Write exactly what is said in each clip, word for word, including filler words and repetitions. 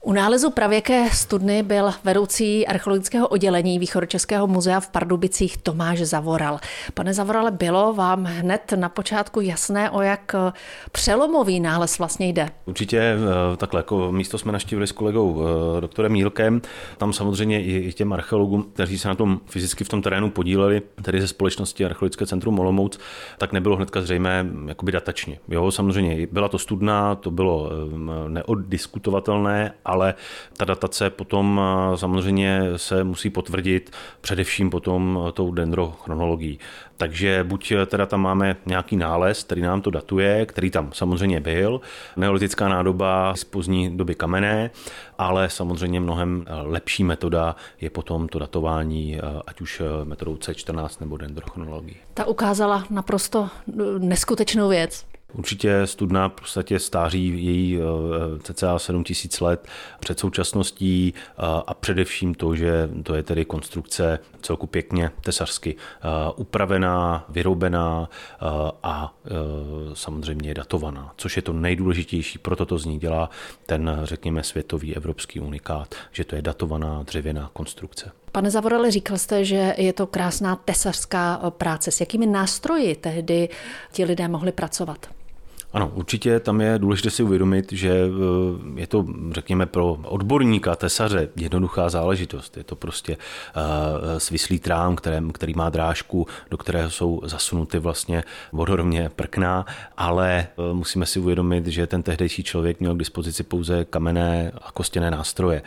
U nálezu pravěké studny byl vedoucí archeologického oddělení Východočeského muzea v Pardubicích Tomáš Zavoral. Pane Zavorale, bylo vám hned na počátku jasné, o jak přelomový nález vlastně jde? Určitě takhle, jako místo jsme navštívili s kolegou doktorem Mílkem. Tam samozřejmě i těm archeologům, kteří se na tom fyzicky v tom terénu podíleli, tedy ze společnosti Archeologické centrum Olomouc, tak nebylo hnedka zřejmé jakoby datačně. Jo, samozřejmě byla to studna, to bylo neoddiskutovatelné, ale ta datace potom samozřejmě se musí potvrdit především potom tou dendrochronologií. Takže buď teda tam máme nějaký nález, který nám to datuje, který tam samozřejmě byl, neolitická nádoba z pozdní doby kamenné, ale samozřejmě mnohem lepší metoda je potom to datování, ať už metodou C čtrnáct nebo dendrochronologií. Ta ukázala naprosto neskutečnou věc. Určitě studna v podstatě stáří její cca sedm tisíc let před současností a především to, že to je tedy konstrukce celku pěkně tesařsky upravená, vyrobená a samozřejmě datovaná, což je to nejdůležitější, proto to z ní dělá ten, řekněme, světový evropský unikát, že to je datovaná dřevěná konstrukce. Pane Zavorale, říkal jste, že je to krásná tesařská práce. S jakými nástroji tehdy ti lidé mohli pracovat? Ano, určitě tam je důležité si uvědomit, že je to, řekněme, pro odborníka, tesaře jednoduchá záležitost. Je to prostě svislý trám, který, který má drážku, do kterého jsou zasunuty vlastně vodorovně prkna, ale musíme si uvědomit, že ten tehdejší člověk měl k dispozici pouze kamenné a kostěné nástroje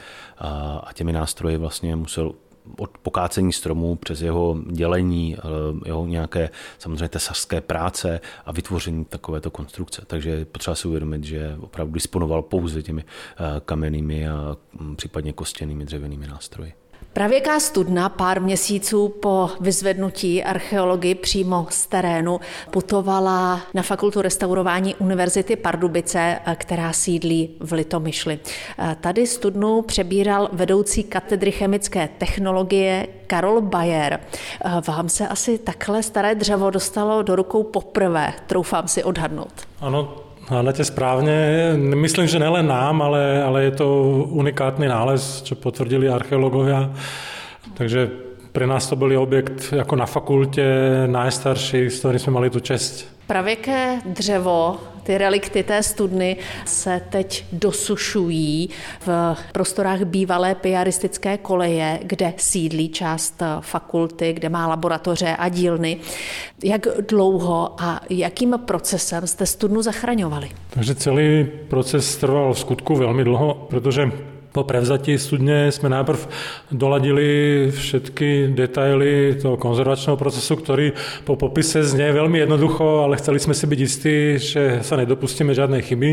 a těmi nástroji vlastně musel od pokácení stromů přes jeho dělení, jeho nějaké samozřejmě tesařské práce a vytvoření takovéto konstrukce. Takže je potřeba si uvědomit, že opravdu disponoval pouze těmi kamennými a případně kostěnými dřevěnými nástroji. Pravěká studna pár měsíců po vyzvednutí archeology přímo z terénu putovala na Fakultu restaurování Univerzity Pardubice, která sídlí v Litomyšli. Tady studnu přebíral vedoucí katedry chemické technologie Karol Bayer. Vám se asi takhle staré dřevo dostalo do rukou poprvé, troufám si odhadnout. Ano, hádate správne. Myslím, že nelen nám, ale, ale je to unikátny nález, čo potvrdili archeológovia. Takže pre nás to byl objekt jako na fakultě najstarší, s ktorým jsme mali tu česť. Pravěké dřevo, ty relikty té studny se teď dosušují v prostorách bývalé piaristické koleje, kde sídlí část fakulty, kde má laboratoře a dílny. Jak dlouho a jakým procesem jste studnu zachraňovali? Takže celý proces trval v skutku velmi dlouho, protože po prevzatí studne sme najprv doladili všetky detaily toho konzervačného procesu, ktorý po popise znie veľmi jednoducho, ale chceli sme si byť istí, že sa nedopustíme žiadnej chyby.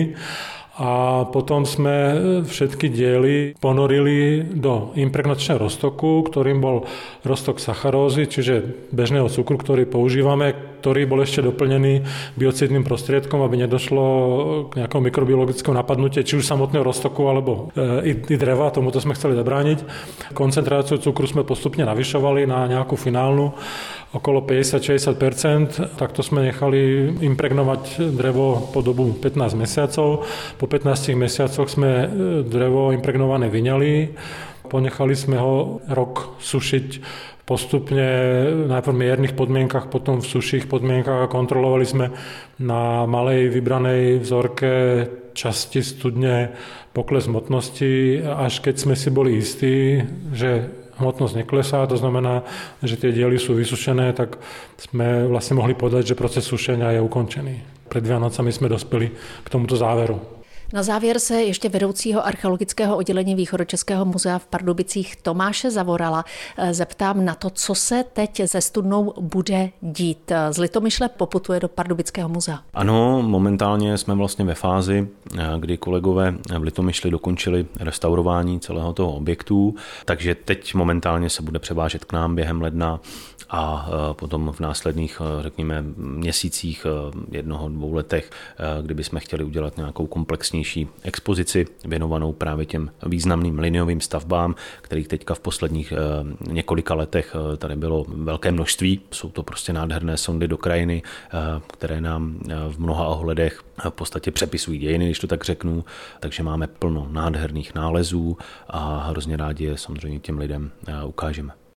A potom sme všetky diely ponorili do impregnačného roztoku, ktorým bol roztok sacharózy, čiže bežného cukru, ktorý používame, ktorý bol ešte doplnený biocidným prostriedkom, aby nedošlo k nejakému mikrobiologickému napadnutiu, či už samotného roztoku, alebo i, i dreva, tomuto sme chceli zabrániť. Koncentráciu cukru sme postupne navyšovali na nejakú finálnu okolo päťdesiat až šesťdesiat percent. Takto sme nechali impregnovať drevo po dobu pätnásť mesiacov. Po pätnástich mesiacoch sme drevo impregnované vyňali. Ponechali sme ho rok sušiť postupne, najprv v miernych podmienkach, potom v suších podmienkach a kontrolovali sme na malej vybranej vzorke časti studne pokles hmotnosti, až keď sme si boli istí, že hmotnosť neklesá, to znamená, že tie diely sú vysušené, tak sme vlastne mohli povedať, že proces sušenia je ukončený. Pred Vianocami sme dospeli k tomuto záveru. Na závěr se ještě vedoucího archeologického oddělení Východočeského muzea v Pardubicích Tomáše Zavorala zeptám na to, co se teď se studnou bude dít. Z Litomyšle poputuje do Pardubického muzea. Ano, momentálně jsme vlastně ve fázi, kdy kolegové v Litomyšli dokončili restaurování celého toho objektu, takže teď momentálně se bude převážet k nám během ledna a potom v následných, řekněme, měsících, jednoho, dvou letech, kdyby jsme chtěli udělat nějakou komplexní nejkrásnější expozici věnovanou právě těm významným liniovým stavbám, kterých teďka v posledních několika letech tady bylo velké množství. Jsou to prostě nádherné sondy do krajiny, které nám v mnoha ohledech v podstatě přepisují dějiny, když to tak řeknu. Takže máme plno nádherných nálezů a hrozně rádi je samozřejmě těm lidem ukážeme.